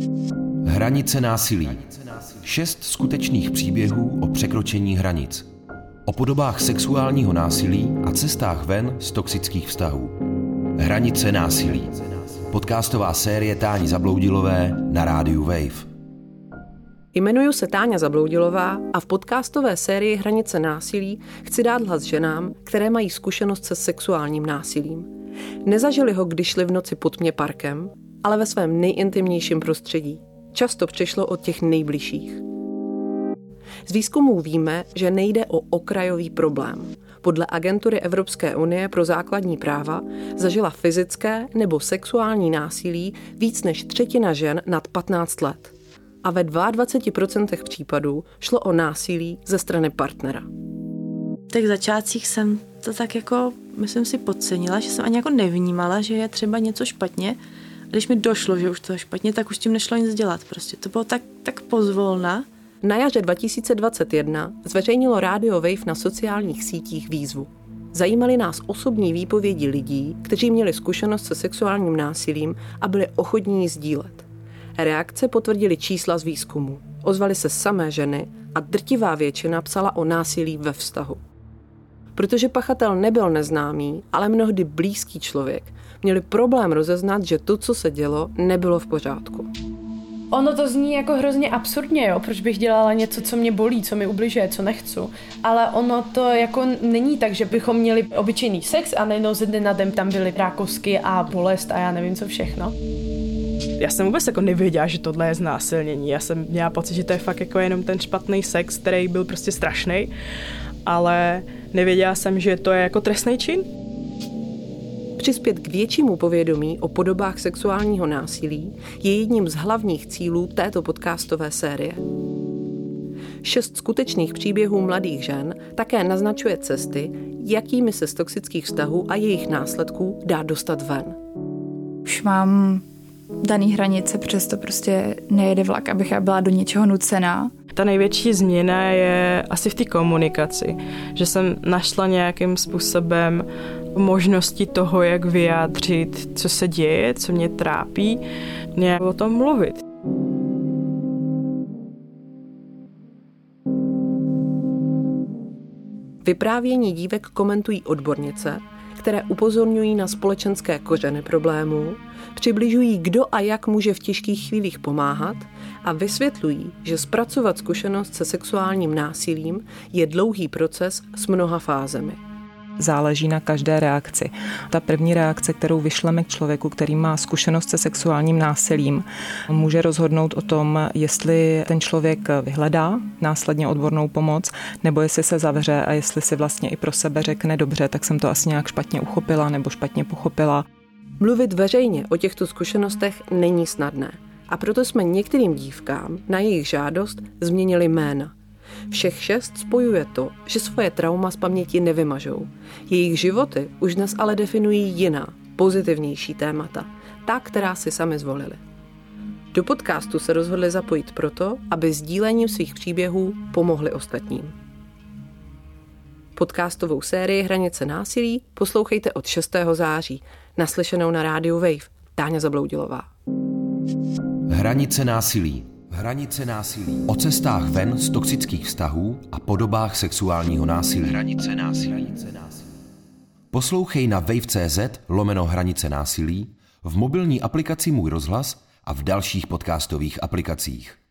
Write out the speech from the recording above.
Hranice násilí. 6 skutečných příběhů o překročení hranic. O podobách sexuálního násilí a cestách ven z toxických vztahů. Hranice násilí. Podcastová série Táni Zabloudilové na rádiu Wave. Jmenuji se Táňa Zabloudilová a v podcastové sérii Hranice násilí chci dát hlas ženám, které mají zkušenost se sexuálním násilím. Nezažili ho, když šli v noci pod tmě parkem, ale ve svém nejintimnějším prostředí. Často přišlo od těch nejbližších. Z výzkumů víme, že nejde o okrajový problém. Podle agentury Evropské unie pro základní práva zažila fyzické nebo sexuální násilí víc než třetina žen nad 15 let. A ve 22% případů šlo o násilí ze strany partnera. V těch začátcích jsem to tak jako, myslím si, podcenila, že jsem ani jako nevnímala, že je třeba něco špatně. A když mi došlo, že už to je špatně, tak už s tím nešlo nic dělat. Prostě to bylo tak pozvolna. Na jaře 2021 zveřejnilo rádio Wave na sociálních sítích výzvu. Zajímaly nás osobní výpovědi lidí, kteří měli zkušenost se sexuálním násilím a byli ochotní ji sdílet. Reakce potvrdily čísla z výzkumu. Ozvaly se samé ženy a drtivá většina psala o násilí ve vztahu. Protože pachatel nebyl neznámý, ale mnohdy blízký člověk, měli problém rozeznat, že to, co se dělo, nebylo v pořádku. Ono to zní jako hrozně absurdně, jo? Proč bych dělala něco, co mě bolí, co mi ubližuje, co nechci. Ale ono to jako není tak, že bychom měli obyčejný sex a najednou ze dne na den tam byly rákosky a bolest a já nevím co všechno. Já jsem vůbec jako nevěděla, že tohle je znásilnění. Já jsem měla pocit, že to je fakt jako jenom ten špatný sex, který byl prostě strašný, ale nevěděla jsem, že to je jako trestný čin. Přispět k většímu povědomí o podobách sexuálního násilí je jedním z hlavních cílů této podcastové série. 6 skutečných příběhů mladých žen také naznačuje cesty, jakými se z toxických vztahů a jejich následků dá dostat ven. Už mám daný hranice, přesto prostě nejede vlak, abych já byla do něčeho nucená. Ta největší změna je asi v té komunikaci, že jsem našla nějakým způsobem možnosti toho, jak vyjádřit, co se děje, co mě trápí, nějak o tom mluvit. Vyprávění dívek komentují odbornice, které upozorňují na společenské kořeny problémů, přibližují, kdo a jak může v těžkých chvílích pomáhat a vysvětlují, že zpracovat zkušenost se sexuálním násilím je dlouhý proces s mnoha fázemi. Záleží na každé reakci. Ta první reakce, kterou vyšleme k člověku, který má zkušenost se sexuálním násilím, může rozhodnout o tom, jestli ten člověk vyhledá následně odbornou pomoc, nebo jestli se zavře a jestli si vlastně i pro sebe řekne dobře, tak jsem to asi nějak špatně uchopila nebo špatně pochopila. Mluvit veřejně o těchto zkušenostech není snadné a proto jsme některým dívkám na jejich žádost změnili jména. Všech 6 spojuje to, že svoje trauma z paměti nevymažou. Jejich životy už dnes ale definují jiná, pozitivnější témata, ta, která si sami zvolili. Do podcastu se rozhodli zapojit proto, aby sdílením svých příběhů pomohli ostatním. Podcastovou sérii Hranice násilí poslouchejte od 6. září. Naslyšenou na rádiu Wave. Táňa Zabloudilová. Hranice násilí. Hranice násilí. O cestách ven z toxických vztahů a podobách sexuálního násilí. Hranice násilí. Poslouchej na wave.cz/Hranice násilí, v mobilní aplikaci Můj rozhlas a v dalších podcastových aplikacích.